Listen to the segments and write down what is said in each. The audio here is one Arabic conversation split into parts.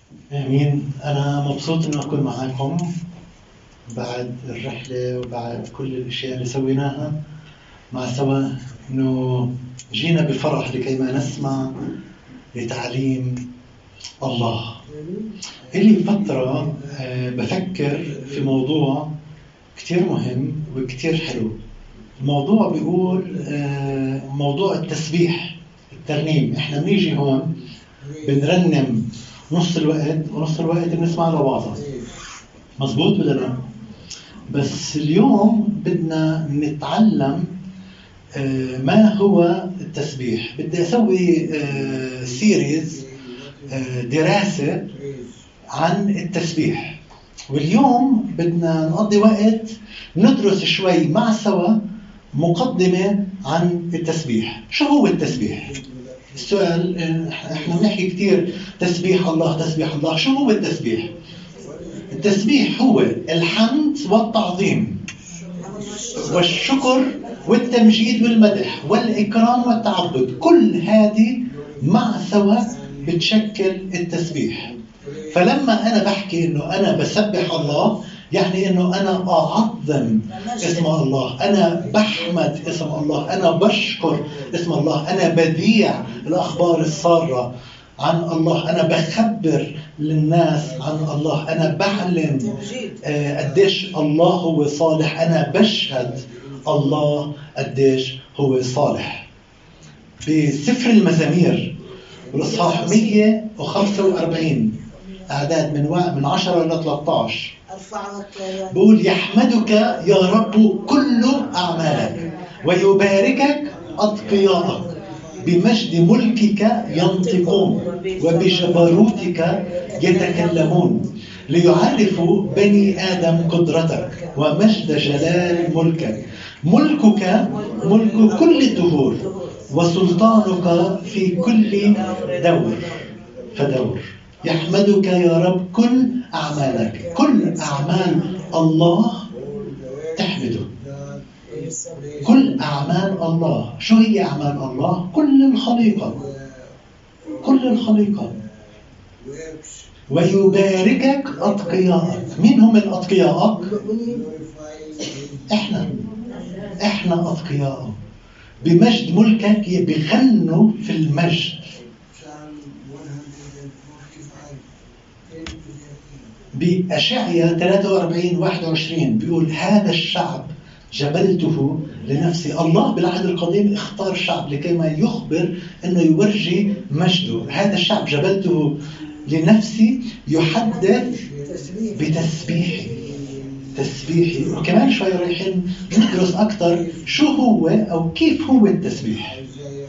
آمين. أنا مبسوط إنه أكون معاكم بعد الرحلة وبعد كل الأشياء اللي سويناها مع سوا، إنه جينا بفرح لكي ما نسمع لتعليم الله. إلي فترة بفكر في موضوع كتير مهم وكتير حلو. الموضوع بيقول موضوع التسبيح، الترنيم. إحنا بنيجي هون بنرنم نص الوقت ونص الوقت بنسمع لبعضها، مظبوط ولا لا؟ بس اليوم بدنا نتعلم ما هو التسبيح. بدي أسوي سيريز، دراسة عن التسبيح، واليوم بدنا نقضي وقت ندرس شوي مع سوا مقدمة عن التسبيح. شو هو التسبيح؟ السؤال، احنا بنحكي كتير تسبيح الله تسبيح الله. شو هو التسبيح؟ التسبيح هو الحمد والتعظيم والشكر والتمجيد والمدح والإكرام والتعبد. كل هذه مع سوا بتشكل التسبيح. فلما أنا بحكي إنه أنا بسبح الله، يعني إنه أنا أعظم اسم الله، أنا بحمد اسم الله، أنا بشكر اسم الله، أنا بذيع الأخبار السارة عن الله، أنا بخبر للناس عن الله، أنا بعلم قديش الله هو صالح، أنا بشهد الله قديش هو صالح. بسفر المزامير والإصحاح 145 أعداد من 10 إلى 13 بقول: يحمدك يا رب كل أعمالك ويباركك أتقياءك، بمجد ملكك ينطقون وبجبروتك يتكلمون، ليعرفوا بني آدم قدرتك ومجد جلال ملكك. ملكك ملك كل الدهور وسلطانك في كل دور فدور. يحمدك يا رب كل أعمالك. كل أعمال الله تحمده. كل أعمال الله. شو هي أعمال الله؟ كل الخليقة، كل الخليقة. ويباركك أتقياءك. مين هم الأتقياءك؟ إحنا أتقياءه. بمجد ملكك بيغنوا في المجد. بأشعياء 43:21 بيقول: هذا الشعب جبلته لنفسي. الله بالعهد القديم اختار شعب لكي ما يخبر انه يورجي مجده. هذا الشعب جبلته لنفسي يحدث بتسبيحي. تسبيحي. وكمان شوي رايحين ندرس اكثر شو هو او كيف هو التسبيح.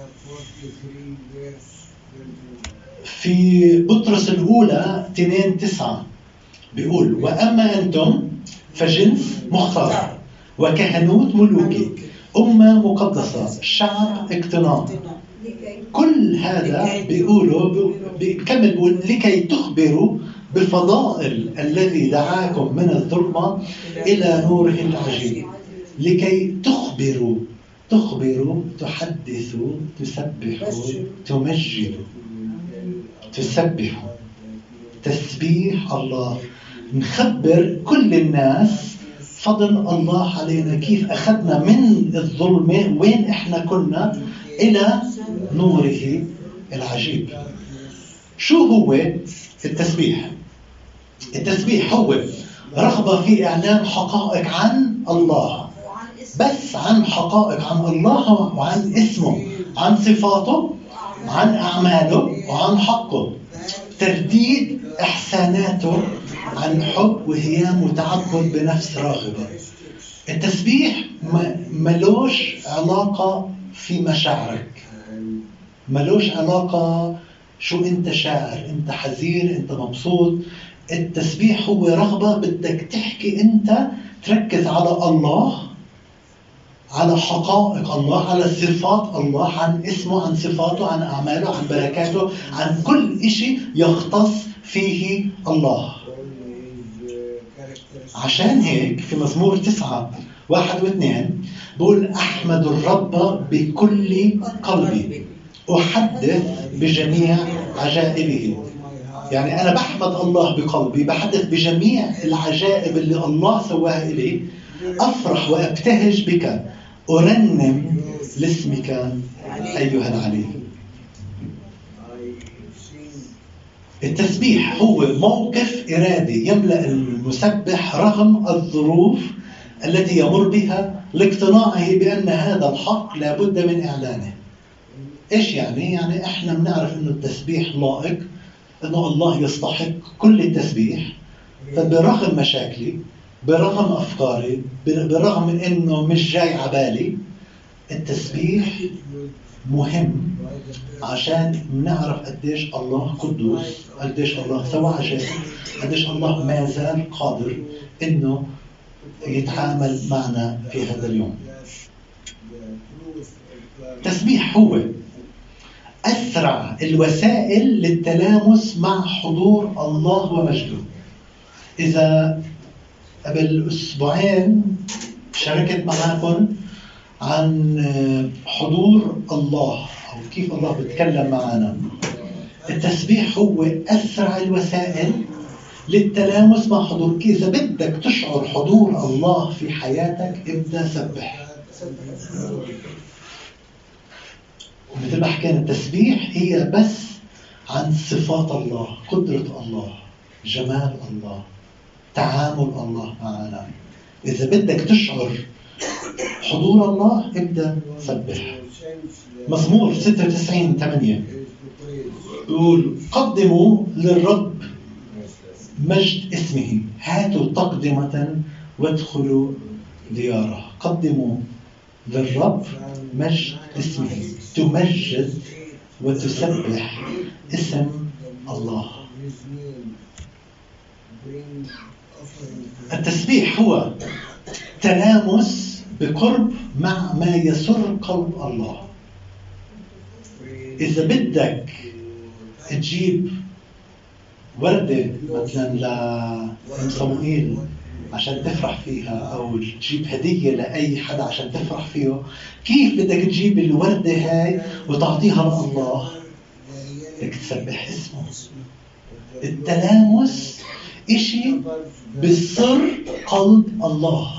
في بطرس الاولى 2:9 بيقول: وأما أنتم فجنس مختار وكهنوت ملوكي، أمة مقدسة، شعب اقتناء. كل هذا بيكمل بيقول: لكي تخبروا بالفضائل الذي دعاكم من الظلمة إلى نوره العجيب. لكي تخبروا تحدثوا تسبحوا تمجدوا. تسبحوا. تسبيح الله. نخبر كل الناس فضل الله علينا، كيف أخذنا من الظلمة وين إحنا كنا إلى نوره العجيب. شو هو التسبيح؟ التسبيح هو رغبة في إعلان حقائق عن الله، بس عن حقائق عن الله وعن اسمه، عن صفاته، عن أعماله وعن حقه. ترديد إحساناته، عن حب وهيام وتعبد بنفس راغبة. التسبيح ملوش علاقة في مشاعرك، ملوش علاقة شو أنت شاعر، أنت حزين، أنت مبسوط. التسبيح هو رغبة بدك تحكي، أنت تركز على الله، على حقائق الله، على صفات الله، عن اسمه، عن صفاته، عن أعماله، عن بركاته، عن كل إشي يختص فيه الله. عشان هيك في مزمور 9:1-2 بقول: أحمد الرب بكل قلبي، أحدث بجميع عجائبه. يعني أنا بحمد الله بقلبي، بحدث بجميع العجائب اللي الله سواها إلي، أفرح وأبتهج بك، أرنم لاسمك أيها العلي. التسبيح هو موقف إرادي يملأ المسبح رغم الظروف التي يمر بها لاقتناعه بأن هذا الحق لابد من إعلانه. إيش يعني؟ يعني إحنا بنعرف إنه التسبيح لائق، إنه الله يستحق كل التسبيح، فبرغم مشاكلي، برغم أفكاري، برغم من إنه مش جاي عبالي، التسبيح مهم عشان نعرف قديش الله قدوس، قديش الله سوى عجائب، قديش الله ما زال قادر إنه يتعامل معنا في هذا اليوم. التسبيح هو أسرع الوسائل للتلامس مع حضور الله ومجده. إذا قبل أسبوعين شاركت معاكم عن حضور الله أو كيف الله بيتكلم معنا، التسبيح هو أسرع الوسائل للتلامس مع حضور. إذا بدك تشعر حضور الله في حياتك ابدأ سبح. مثل ما حكينا التسبيح هي بس عن صفات الله، قدرة الله، جمال الله، تعامل الله معنا. إذا بدك تشعر حضور الله ابدأ سبح. مزمور 96:8 يقول قدموا للرب مجد اسمه، هاتوا تقدمة وادخلوا دياره. قدموا للرب مجد اسمه، تمجد وتسبح اسم الله. التسبيح هو تلامس بقرب مع ما يسر قلب الله. إذا بدك تجيب وردة مثلا لأم صموئيل عشان تفرح فيها، أو تجيب هدية لأي حدا عشان تفرح فيه، كيف بدك تجيب الوردة هاي وتعطيها لله؟ بدك تسبح اسمه. التلامس إشي بسر قلب الله.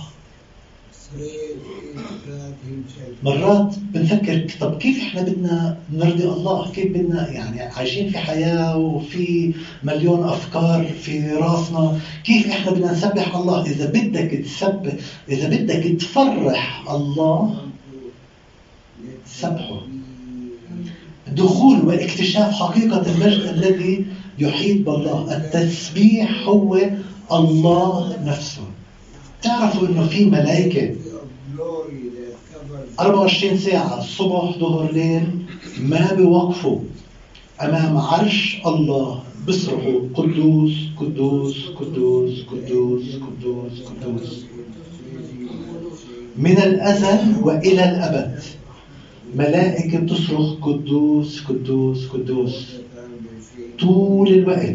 مرات بنفكر طب كيف احنا بدنا نرضي الله، كيف بدنا، يعني عايشين في حياة وفي مليون أفكار في راسنا، كيف احنا بدنا نسبح الله؟ إذا بدك تسبح، إذا بدك تفرح الله سبحه. دخول واكتشاف حقيقة المجد الذي يحيط بالله. التسبيح هو الله نفسه. تعرفوا إنه في ملائكة 24 ساعة الصبح ظهر ليل ما بيوقفوا أمام عرش الله، بيصرخوا قدوس قدوس قدوس قدوس قدوس قدوس. من الأزل وإلى الأبد ملائكة بتصرخ قدوس قدوس قدوس طول الوقت.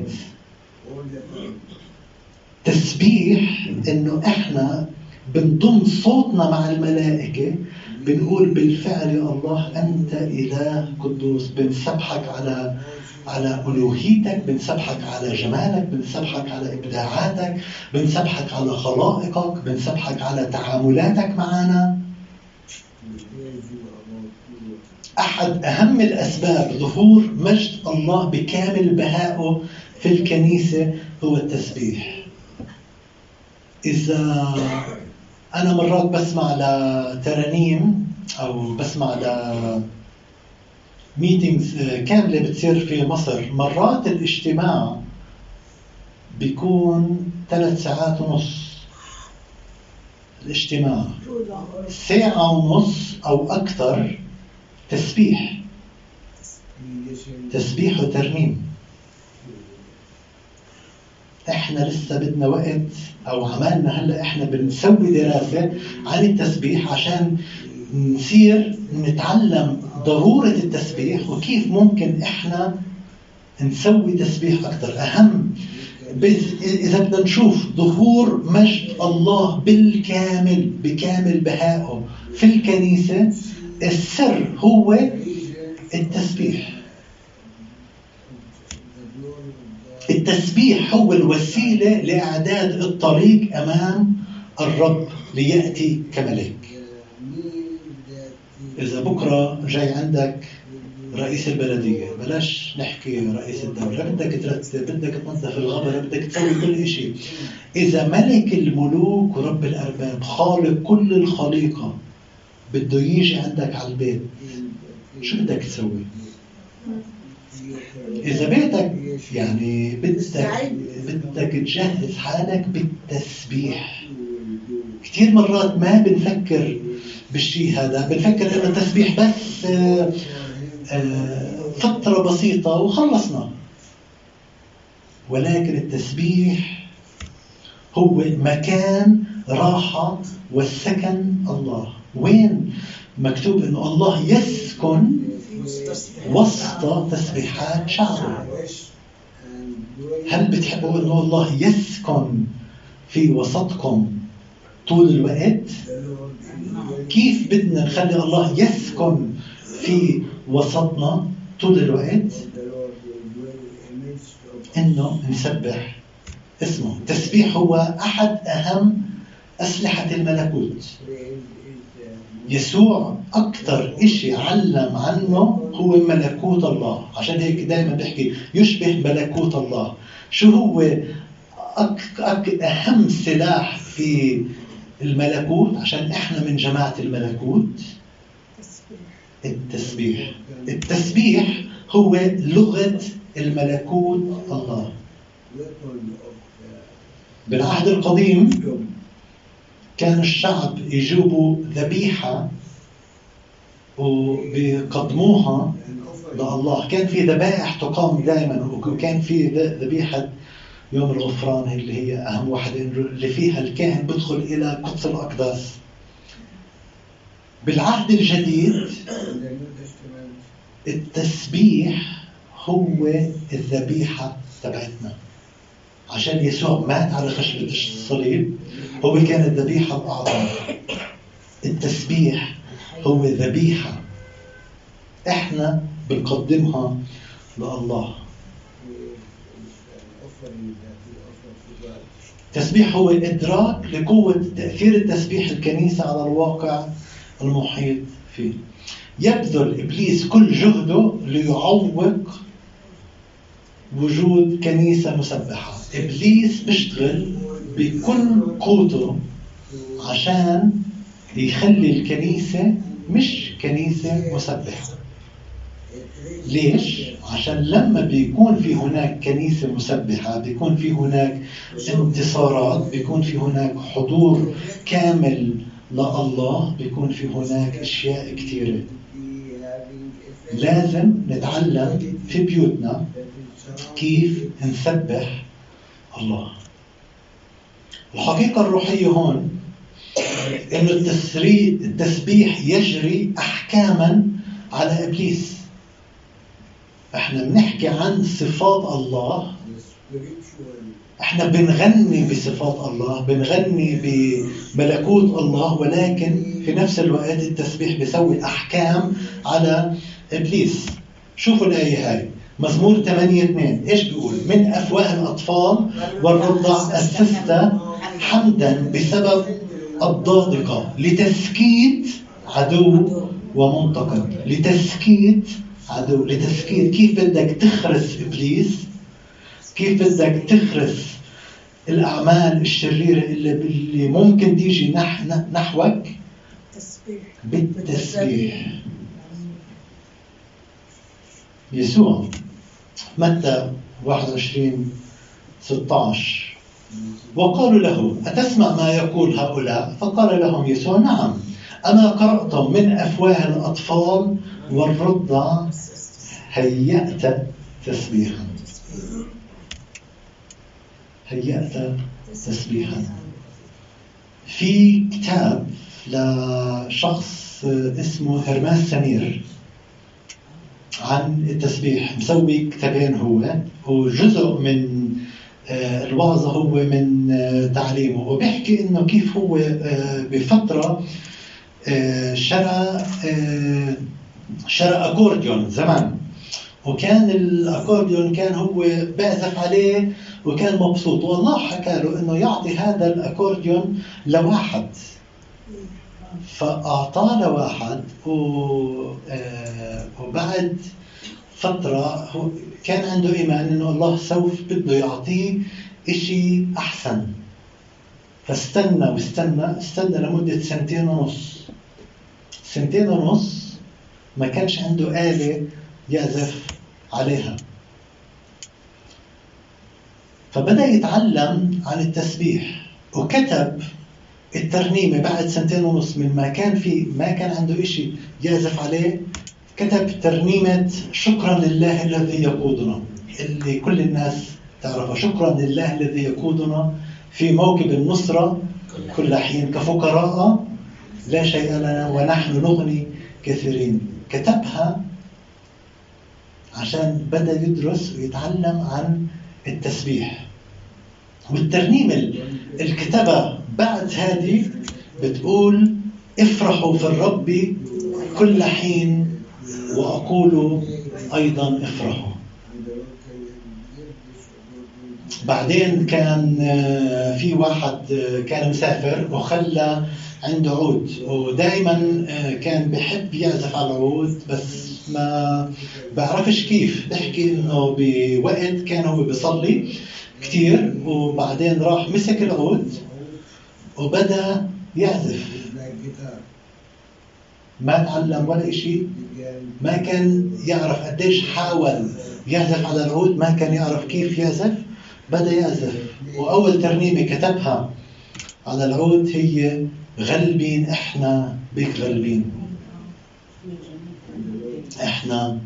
تسبيح إنه إحنا بنضم صوتنا مع الملائكة، بنقول بالفعل الله أنت إله قدوس. بنسبحك على ألوهيتك، بنسبحك على جمالك، بنسبحك على إبداعاتك، بنسبحك على خلائقك، بنسبحك على تعاملاتك معنا. أحد أهم الأسباب ظهور مجد الله بكامل بهائه في الكنيسة هو التسبيح. إذا أنا مرات بسمع لترانيم أو بسمع ميتينجز كاملة بتصير في مصر، مرات الاجتماع بيكون 3 ساعات ونص، الاجتماع 1.5 ساعة أو أكثر تسبيح وترنيم. احنا لسه بدنا وقت، او عملنا هلا احنا بنسوي دراسة عن التسبيح عشان نصير نتعلم ضرورة التسبيح وكيف ممكن احنا نسوي تسبيح اكثر. اهم اذا بدنا نشوف ظهور مجد الله بالكامل بكامل بهائه في الكنيسة، السر هو التسبيح. التسبيح هو الوسيلة لإعداد الطريق أمام الرب ليأتي كملك. إذا بكرة جاي عندك رئيس البلدية، بلاش نحكي رئيس الدولة، بدك ترتب، بدك تنظف الغبرة، بدك تسوي كل شيء. إذا ملك الملوك ورب الأرباب خالق كل الخليقة بده يجي عندك على البيت، شو بدك تسوي؟ إذا بيتك يعني بدك تجهز حالك بالتسبيح. كثير مرات ما بنفكر بالشيء هذا، بنفكر إنه التسبيح بس فترة بسيطة وخلصنا. ولكن التسبيح هو مكان راحة والسكن الله. وين مكتوب إنه الله يسكن وسط تسبيحات شعبه؟ هل بتحبوا إنه الله يسكن في وسطكم طول الوقت؟ كيف بدنا نخلي الله يسكن في وسطنا طول الوقت؟ إنه نسبح اسمه. التسبيح هو أحد أهم أسلحة الملكوت. يسوع أكثر إشي علم عنه هو ملكوت الله، عشان هيك دائما بحكي يشبه ملكوت الله. شو هو أهم سلاح في الملكوت عشان إحنا من جماعة الملكوت؟ التسبيح. التسبيح هو لغة الملكوت الله. بالعهد القديم كان الشعب يجيبوا ذبيحة وبيقدموها لله. كان في ذبائح تقام دائما، وكان في ذبيحة يوم الغفران اللي هي أهم واحدة، اللي فيها الكاهن بدخل إلى قدس الأقداس. بالعهد الجديد التسبيح هو الذبيحة تبعتنا، عشان يسوع مات على خشبة الصليب، هو كان الذبيحة الأعظم. التسبيح هو ذبيحة إحنا بنقدمها لله. التسبيح هو إدراك لقوة تأثير التسبيح الكنيسة على الواقع المحيط فيه. يبذل إبليس كل جهده ليعوق وجود كنيسة مسبحة. إبليس بيشتغل بكل قوته عشان يخلي الكنيسة مش كنيسة مسبحة. ليش؟ عشان لما بيكون في هناك كنيسة مسبحة بيكون في هناك انتصارات، بيكون في هناك حضور كامل لله، بيكون في هناك أشياء كثيرة. لازم نتعلم في بيوتنا كيف نسبح الله. الحقيقة الروحية هون إنه التسبيح يجري أحكاما على إبليس. إحنا بنحكي عن صفات الله، إحنا بنغني بصفات الله، بنغني بملكوت الله، ولكن في نفس الوقت التسبيح بيسوي أحكام على إبليس. شوفوا الآية هاي، مزمور 8:2 إيش بيقول؟ من أفواه الأطفال والرضع أسست حمدا بسبب الضاضقة لتسكيت عدو ومنتقم. لتسكيت عدو، لتسكيت. كيف بدك تخرس إبليس؟ كيف بدك تخرس الأعمال الشريرة اللي ممكن تيجي نحوك؟ بالتسبيح. يسوع متى 21:16 وقالوا له أتسمع ما يقول هؤلاء؟ فقال لهم يسوع نعم، أما قرأتم من أفواه الأطفال والرضع هيأت تسبيحا. هيأت تسبيحا. في كتاب لشخص اسمه هرماس سمير عن التسبيح، مسوي كتابين هو، وجزء من الوعظة هو من تعليمه، وبيحكي إنه كيف هو بفترة شرى أكورديون زمان، وكان الأكورديون كان هو بيعزف عليه وكان مبسوط، والله حكى له إنه يعطي هذا الأكورديون لواحد، فأعطاه لواحد. وبعد فترة كان عنده إيمان إنه الله سوف بده يعطيه إشي أحسن، فاستنى واستنى لمدة 2.5 سنين ما كانش عنده آلة يعزف عليها. فبدأ يتعلم عن التسبيح وكتب الترنيمة بعد 2.5 من ما كان عنده إشي يعزف عليه. كتب ترنيمة شكرا لله الذي يقودنا، اللي كل الناس تعرفها. شكرا لله الذي يقودنا في موكب النصرة كل حين، كفقراء لا شيء لنا ونحن نغني كثيرين. كتبها عشان بدأ يدرس ويتعلم عن التسبيح. والترنيمة الكتابة بعد هذه بتقول افرحوا في الرب كل حين وأقول أيضا افرحوا. بعدين كان في واحد كان مسافر وخلى عنده عود، ودائما كان بحب يعزف على العود بس ما بعرفش كيف. بحكي انه بوقت كان هو بيصلي كتير، وبعدين راح مسك العود وبدأ يعزف. ما تعلم ولا إشي، ما كان يعرف قديش حاول يعزف على العود، ما كان يعرف كيف يعزف. بدأ يعزف، وأول ترنيمة كتبها على العود هي غلبين إحنا بك غلبين، إحنا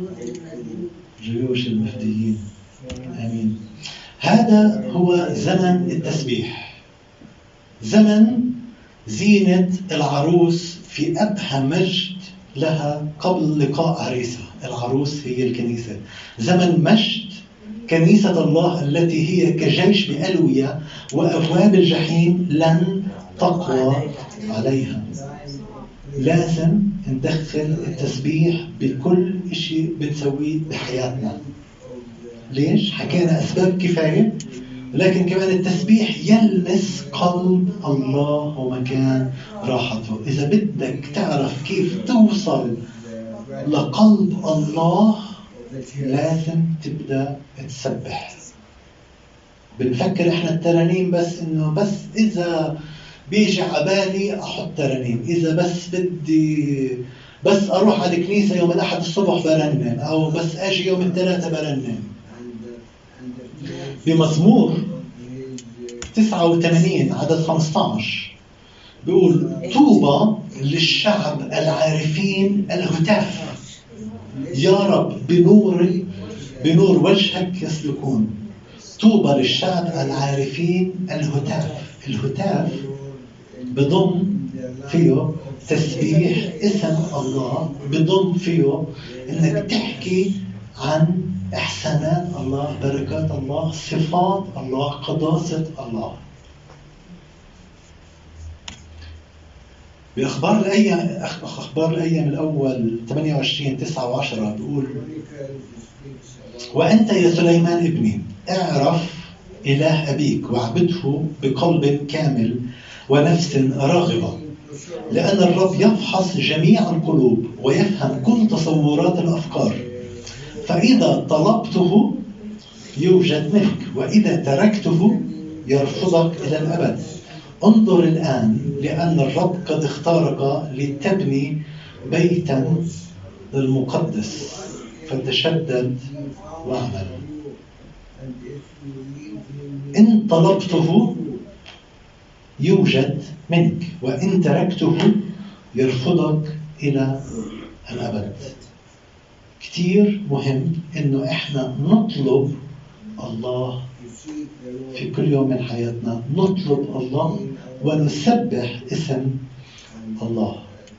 جيوش المفديين. آمين. هذا هو زمن التسبيح، زمن زينة العروس في أبهى مجد لها قبل لقاء عريسها. العروس هي الكنيسة. زمن مجد كنيسة الله التي هي كجيش بألوية، وأبواب الجحيم لن تقوى عليها. لازم ندخل التسبيح بكل شيء بنسويه بحياتنا. ليش؟ حكينا أسباب كفاية، لكن كمان التسبيح يلمس قلب الله ومكان راحته. إذا بدك تعرف كيف توصل لقلب الله لازم تبدأ تسبح. بنفكر إحنا الترانيم بس إنه بس إذا بيجي عبالي أحط ترانيم، إذا بس بدي بس أروح على الكنيسة يوم الأحد الصبح برنم، أو بس أجي يوم الثلاثة برنم. بمزمور 89 عدد 15 بيقول طوبى للشعب العارفين الهتاف، يا رب بنور وجهك يسلكون. طوبى للشعب العارفين الهتاف. الهتاف بضم فيه تسبيح اسم الله، بضم فيه انك تحكي عن احسانات الله، بركات الله، صفات الله، قداسة الله. بأخبار الأيام الأول 28 9 و10 بيقول وأنت يا سليمان ابني اعرف إله أبيك واعبده بقلب كامل ونفس راغبة، لأن الرب يفحص جميع القلوب ويفهم كل تصورات الأفكار. فإذا طلبته يوجد منك، وإذا تركته يرفضك إلى الأبد. انظر الآن، لأن الرب قد اختارك لتبني بيتا للمقدس، فتشدد واعمل. إن طلبته يوجد منك، وإن تركته يرفضك إلى الأبد. كتير مهم إنه إحنا نطلب الله في كل يوم من حياتنا، نطلب الله ونسبح اسم الله.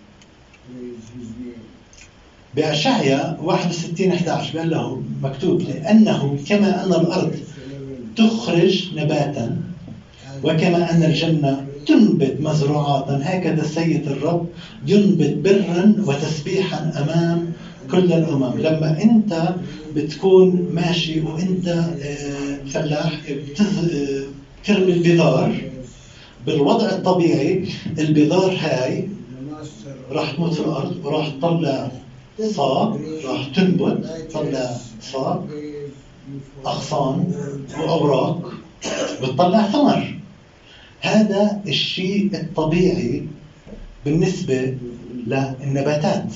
بأشعياء 61:11 بيقول له مكتوب لأنه كما أن الأرض تخرج نباتا وكما أن الجنة تنبت مزروعات، هكذا السيد الرب ينبت برا وتسبيحا أمام كل الأمم. لما أنت بتكون ماشي وأنت فلاح بترمي البذار، بالوضع الطبيعي البذار هاي راح تموت في الأرض وراح تطلع صاب، راح تنبت تطلع صاب، أغصان وأوراق، بتطلع ثمر. هذا الشيء الطبيعي بالنسبة للنباتات.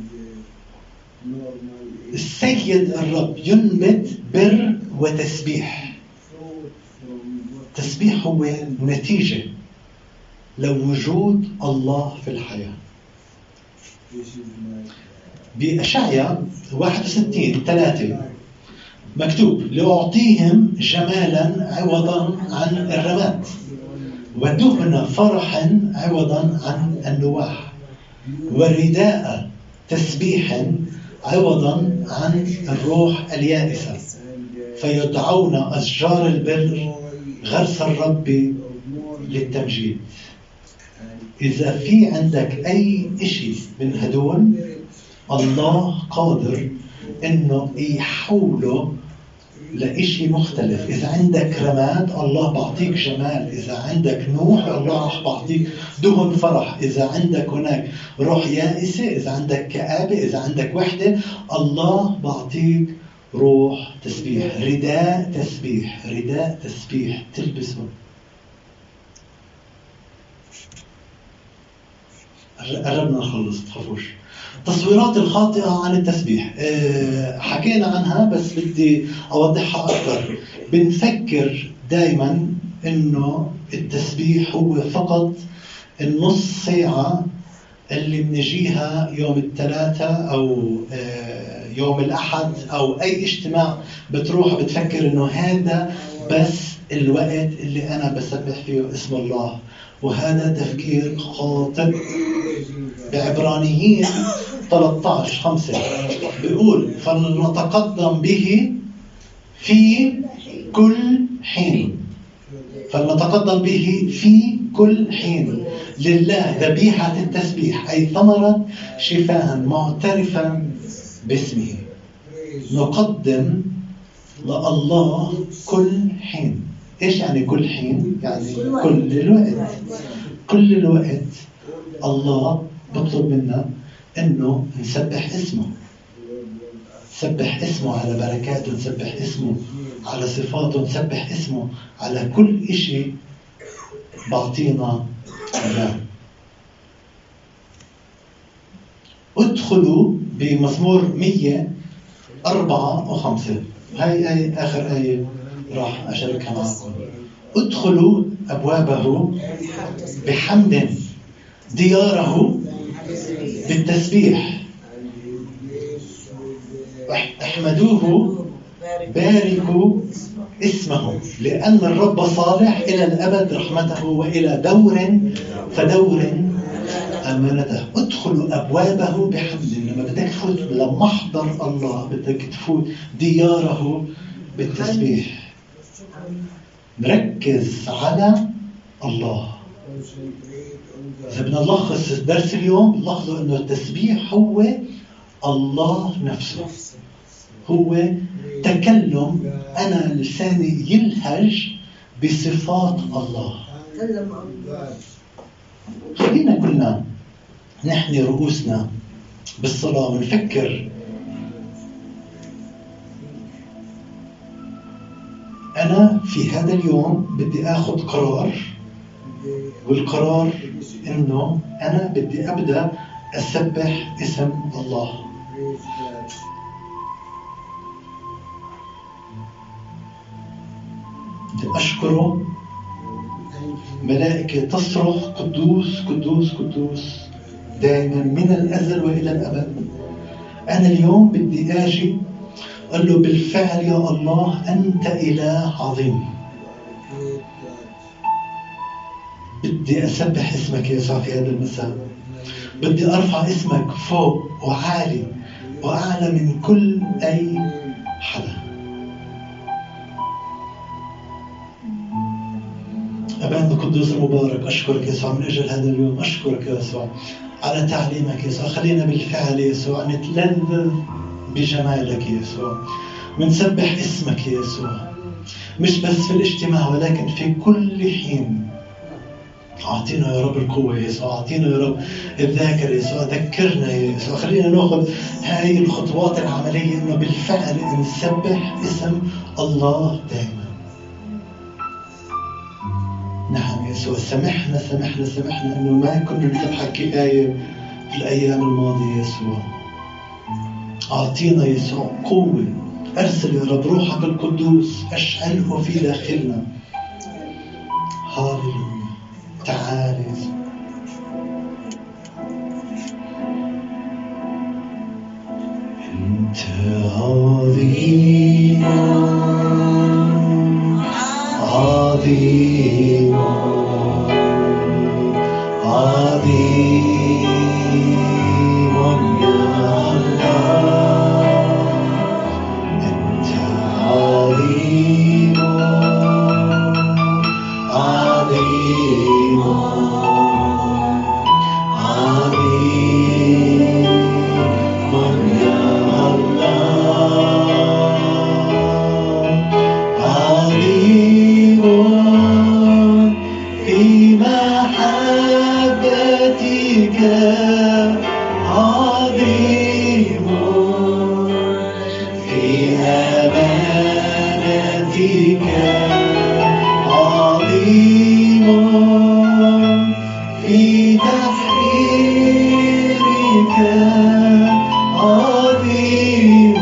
السيد الرب ينبت بر وتسبيح. تسبيح هو نتيجة لوجود الله في الحياة. بأشعياء 61:3 مكتوب: لأعطيهم جمالا عوضا عن الرماد، ودهن فرحا عوضا عن النواح، ورداء تسبيح عوضا عن الروح اليائسة، فيدعون أشجار البر غرس الرب للتمجيد. إذا في عندك أي إشي من هدول، الله قادر إنه يحوله لإشي مختلف. إذا عندك رماد الله بعطيك جمال، إذا عندك نوح الله راح بعطيك دهن فرح، إذا عندك هناك روح يائسة، إذا عندك كآبة، إذا عندك وحدة، الله بعطيك روح تسبيح. رداء تسبيح، رداء تسبيح تلبسه. قربنا نخلص، تخافوش. التصويرات الخاطئة عن التسبيح حكينا عنها، بس بدي أوضحها أكثر. بنفكر دايما إنه التسبيح هو فقط النص ساعة اللي بنجيها يوم الثلاثاء أو يوم الأحد أو أي اجتماع بتروح بتفكر إنه هذا بس الوقت اللي أنا بسبح فيه اسم الله. وهذا تفكير خاطئ. بعبرانيين 13:5 بيقول: فلنتقدم به في كل حين. فلنتقدم به في كل حين لله ذبيحة التسبيح، أي ثمرة شفاء معترفا باسمه. نقدم لله كل حين. إيش يعني كل حين؟ يعني كل الوقت. كل الوقت الله بطلب منا إنه نسبح اسمه. نسبح اسمه على بركاته، نسبح اسمه على صفاته، نسبح اسمه على كل إشي بعطينا إياه. ادخلوا بمزمور 104:5. هاي آخر آية راح أشاركها معكم. ادخلوا أبوابه بحمد، دياره بالتسبيح، احمدوه، باركوا اسمه، لأن الرب صالح إلى الأبد رحمته، وإلى دور فدور أمانته. ادخلوا أبوابه بحمد. لما بدك تفوت لمحضر الله بدك تفوت دياره بالتسبيح. نركز على الله. إذا بدنا نلخص درس اليوم نلاحظوا إنه التسبيح هو الله نفسه. هو تكلم، أنا لساني يلهج بصفات الله. خلينا كلنا نحني رؤوسنا بالصلاة ونفكر: أنا في هذا اليوم بدي أخذ قرار، والقرار إنه أنا بدي أبدأ أسبح اسم الله. بدي أشكره. ملائكة تصرخ: قدوس قدوس قدوس دائما من الأزل وإلى الأبد. أنا اليوم بدي أجي قال له: بالفعل يا الله أنت إله عظيم. بدي أسبح اسمك يا يسوع في هذا المساء. بدي أرفع اسمك فوق وعالي وأعلى من كل أي حدا. أبانا القدوس المبارك، أشكرك يا يسوع من أجل هذا اليوم. أشكرك يا يسوع على تعليمك يسوع. خلينا بالفعل يسوع نتلذذ بجمالك يسوع، ونسبح اسمك يسوع، مش بس في الاجتماع ولكن في كل حين. أعطينا يا رب القوة يسوع، أعطينا يا رب الذاكرة يسوع، ذكرنا يسوع. خلينا نأخذ هاي الخطوات العملية إنه بالفعل نسبح اسم الله دائما. نعم يسوع، سمحنا إنه ما كنا نذبحك كفاية في الأيام الماضية يسوع. أعطينا يسوع قوة، أرسل يا رب روحك القدوس، أشعله في داخلنا. هاليلويا. تعال يسوع. أنت عظيم عظيم عظيم يا الله. أنت عظيم عظيم عظيم يا الله. عظيم في محبتك، عظيم في أمانتك، عظيم في تحريرك، عظيم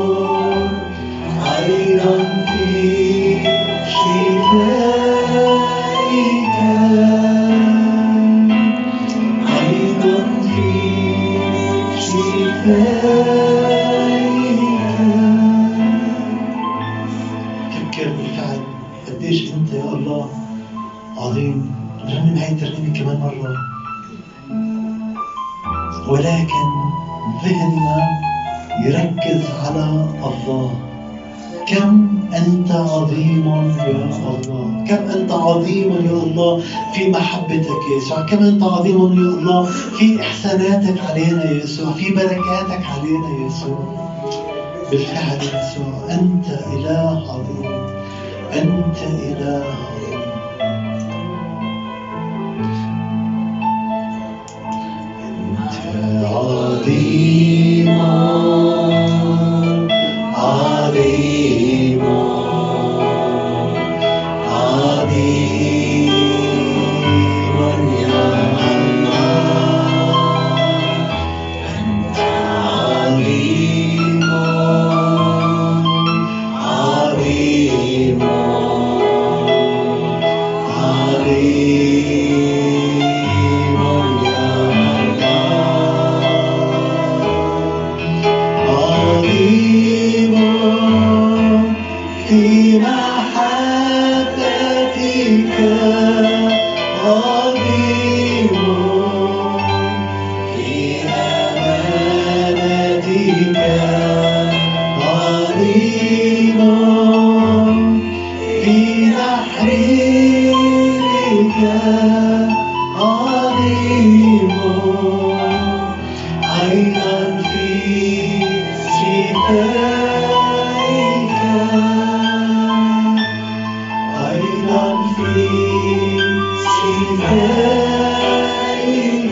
أيضا في شفائك، أيضا في شفائك. فكر بالفعل قديش أنت يا الله عظيم. نرنم هاي الترنيمة كمان مرة، ولكن ذهننا يركز على الله. كم أنت عظيم يا الله، كم أنت عظيم يا الله في محبتك يسوع، كم أنت عظيم يا الله في إحساناتك علينا يسوع، في بركاتك علينا يسوع. بالفعل يسوع أنت إله عظيم، أنت إله عظيم. عظيم عظيم عظيم يا الله. أنت عظيم عظيم عظيم في محبتك، عظيم في أمانتك، عظيم في تحريرك، عظيم أيضا في شفائك، أيضا في شفائك.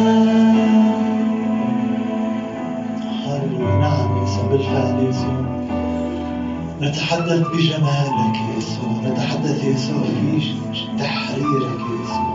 هللويا. نعم يسوع، بالفعل يسوع نتحدث بجمالك يسوع، نتحدث يسوع في تحريرك يسوع،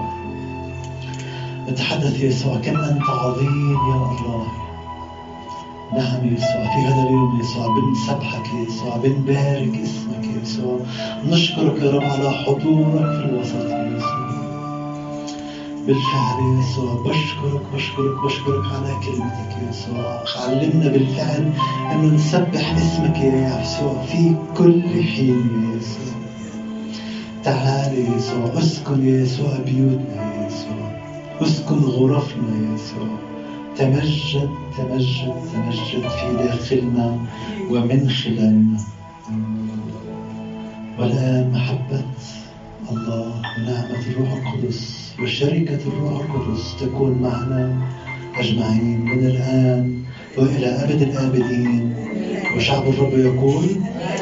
نتحدث يسوع كم أنت عظيم يا الله. نعم يسوع، في هذا اليوم يسوع بنسبحك يسوع، بنبارك اسمك يسوع، نشكرك يا رب على حضورك في الوسط يسوع. بالفعل يسوع بشكرك على كلمتك يسوع. علمنا بالفعل أنه نسبح اسمك يا يسوع في كل حين يسوع. تعال يسوع، اسكن يسوع بيوتنا يسوع، اسكن غرفنا يسوع. تمجد في داخلنا ومن خلالنا. والآن محبة الله ونعمة الروح القدس وشركة الروح القدس تكون معنا أجمعين من الآن وإلى أبد الآبدين. وشعب الرب يقول